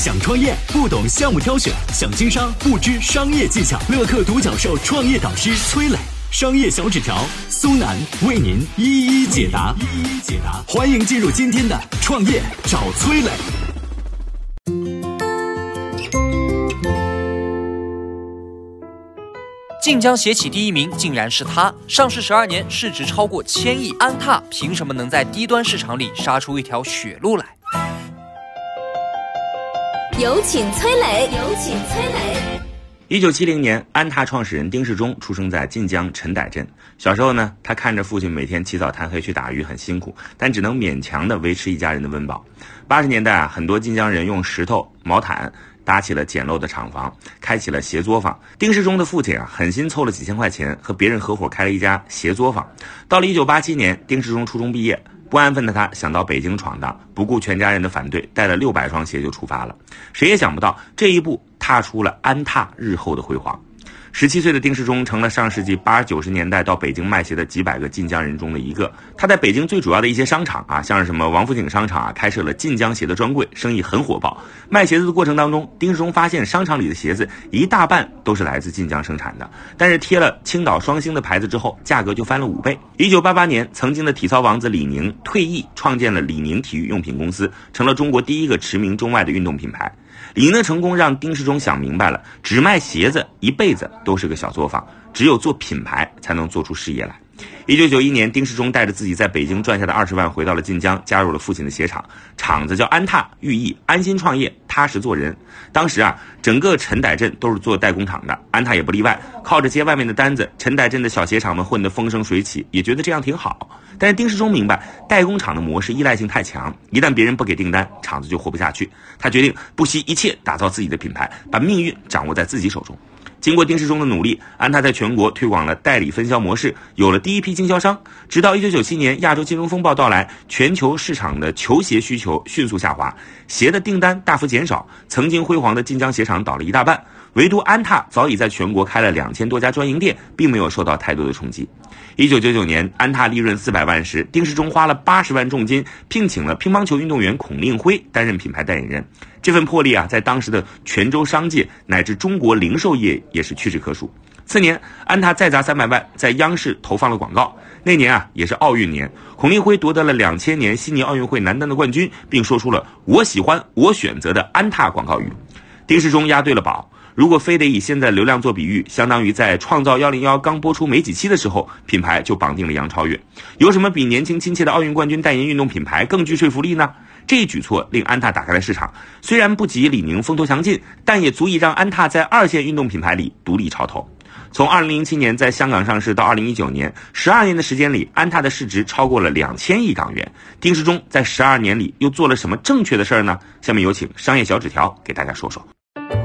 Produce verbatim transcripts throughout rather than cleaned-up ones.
想创业不懂项目挑选，想经商不知商业技巧。乐客独角兽创业导师崔磊，商业小纸条苏南为您一一解答。一一解答，欢迎进入今天的创业找崔磊。 晋江携起第一名竟然是他，上市十二年，市值超过千亿，安踏凭什么能在低端市场里杀出一条血路来？ 有请崔磊，有请崔磊。 一九七零年，安踏创始人丁世忠出生在晋江陈傣镇。小时候呢，他看着父亲每天起早贪黑去打鱼，很辛苦，但只能勉强的维持一家人的温饱。八十年代啊，很多晋江人用石头、毛毯搭起了简陋的厂房，开启了鞋作坊。丁世忠的父亲啊，狠心凑了几千块钱，和别人合伙开了一家鞋作坊。到了一九八七年，丁世忠初中毕业，不安分的他想到北京闯荡，不顾全家人的反对，带了六百双鞋就出发了。谁也想不到，这一步踏出了安踏日后的辉煌。十七岁的丁世忠成了上世纪八九十年代到北京卖鞋的几百个晋江人中的一个。他在北京最主要的一些商场啊，像是什么王府井商场啊，开设了晋江鞋的专柜，生意很火爆。卖鞋子的过程当中，丁世忠发现商场里的鞋子一大半都是来自晋江生产的，但是贴了青岛双星的牌子之后，价格就翻了五倍。一九八八年，曾经的体操王子李宁退役，创建了李宁体育用品公司，成了中国第一个驰名中外的运动品牌。李宁的成功让丁世忠想明白了，只卖鞋子一辈子都是个小作坊，只有做品牌才能做出事业来。一九九一年，丁世忠带着自己在北京赚下的二十万回到了晋江，加入了父亲的鞋厂，厂子叫安踏，寓意安心创业，踏实做人。当时啊，整个陈傣镇都是做代工厂的，安踏也不例外，靠着接外面的单子，陈傣镇的小鞋厂们混得风生水起，也觉得这样挺好。但是丁世忠明白，代工厂的模式依赖性太强，一旦别人不给订单，厂子就活不下去。他决定不惜一切打造自己的品牌，把命运掌握在自己手中。经过丁世忠的努力，安踏在全国推广了代理分销模式，有了第一批经销商。直到一九九七年亚洲金融风暴到来，全球市场的球鞋需求迅速下滑，鞋的订单大幅减少，曾经辉煌的晋江鞋厂倒了一大半。唯独安踏早已在全国开了两千多家专营店，并没有受到太多的冲击。一九九九年，安踏利润四百万时，丁世忠花了八十万重金聘请了乒乓球运动员孔令辉担任品牌代言人。这份魄力啊，在当时的泉州商界乃至中国零售业也是屈指可数。次年，安踏再砸三百万在央视投放了广告。那年啊，也是奥运年，孔令辉夺得了两千年悉尼奥运会男单的冠军，并说出了“我喜欢，我选择”的安踏广告语。丁世忠押对了宝。如果非得以现在流量做比喻，相当于在创造一零一刚播出没几期的时候，品牌就绑定了杨超越。有什么比年轻亲切的奥运冠军代言运动品牌更具说服力呢？这一举措令安踏打开了市场，虽然不及李宁风头强劲，但也足以让安踏在二线运动品牌里独立潮头。从二零零七年在香港上市到二零一九年，十二年的时间里，安踏的市值超过了两千亿港元。丁世忠在十二年里又做了什么正确的事儿呢？下面有请商业小纸条给大家说说。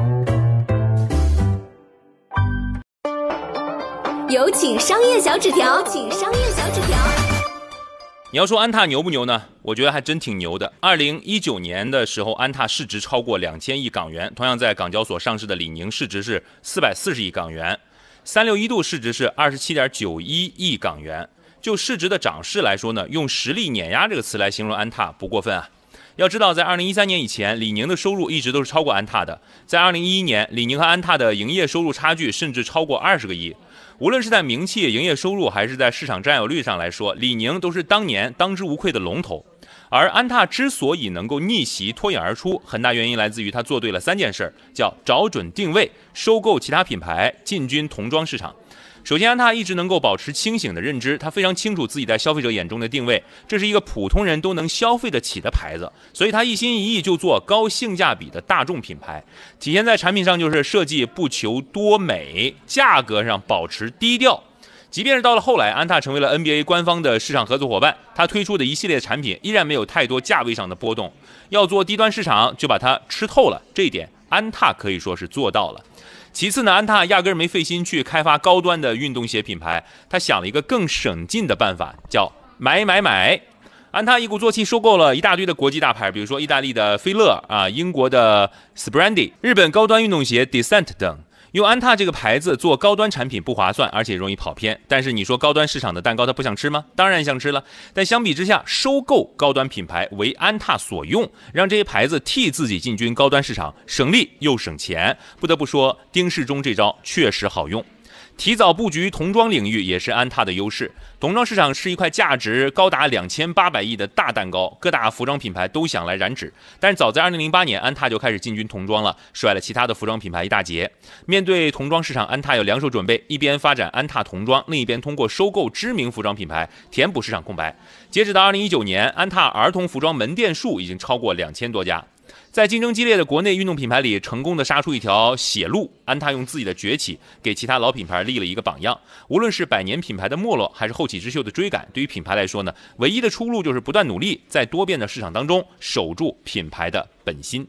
有请商业小纸条，请商业小纸条。 你要说安踏牛不牛呢？我觉得还真挺牛的。二零一九年的时候，安踏市值超过两千亿港元，同样在港交所上市的李宁市值是四百四十亿港元，三六一度市值是二十七点九一亿港元。就市值的涨势来说呢，用实力碾压这个词来形容安踏不过分啊。要知道，在二零一三年以前，李宁的收入一直都是超过安踏的。在二零一一年，李宁和安踏的营业收入差距甚至超过二十个亿。无论是在名气、营业收入，还是在市场占有率上来说，李宁都是当年当之无愧的龙头。而安踏之所以能够逆袭脱颖而出，很大原因来自于他做对了三件事，叫找准定位、收购其他品牌、进军童装市场。首先，安踏一直能够保持清醒的认知，他非常清楚自己在消费者眼中的定位，这是一个普通人都能消费得起的牌子，所以他一心一意就做高性价比的大众品牌。体现在产品上就是设计不求多美，价格上保持低调。即便是到了后来，安踏成为了 N B A 官方的市场合作伙伴，他推出的一系列产品依然没有太多价位上的波动。要做低端市场，就把它吃透了，这一点安踏可以说是做到了。其次呢，安踏压根儿没费心去开发高端的运动鞋品牌，他想了一个更省劲的办法，叫买买买。安踏一鼓作气收购了一大堆的国际大牌，比如说意大利的菲乐啊，英国的 Sprandi， 日本高端运动鞋 Descent 等。 用安踏这个牌子做高端产品不划算，而且容易跑偏。但是你说高端市场的蛋糕他不想吃吗？当然想吃了。但相比之下，收购高端品牌为安踏所用，让这些牌子替自己进军高端市场，省力又省钱。不得不说，丁世忠这招确实好用。提早布局童装领域也是安踏的优势。童装市场是一块价值高达两千八百亿的大蛋糕，各大服装品牌都想来染指。但是早在二零零八年，安踏就开始进军童装了，甩了其他的服装品牌一大截。面对童装市场，安踏有两手准备，一边发展安踏童装，另一边通过收购知名服装品牌填补市场空白。截止到二零一九年，安踏儿童服装门店数已经超过两千多家。在竞争激烈的国内运动品牌里，成功的杀出一条血路。安踏用自己的崛起，给其他老品牌立了一个榜样。无论是百年品牌的没落，还是后起之秀的追赶，对于品牌来说呢，唯一的出路就是不断努力，在多变的市场当中守住品牌的本心。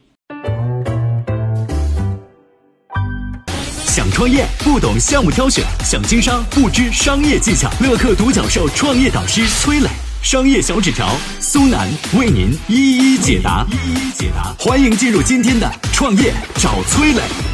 想创业不懂项目挑选，想经商不知商业技巧。乐客独角兽创业导师崔磊，商业小纸条苏南为您一一解答，一一解答。欢迎进入今天的创业找崔磊。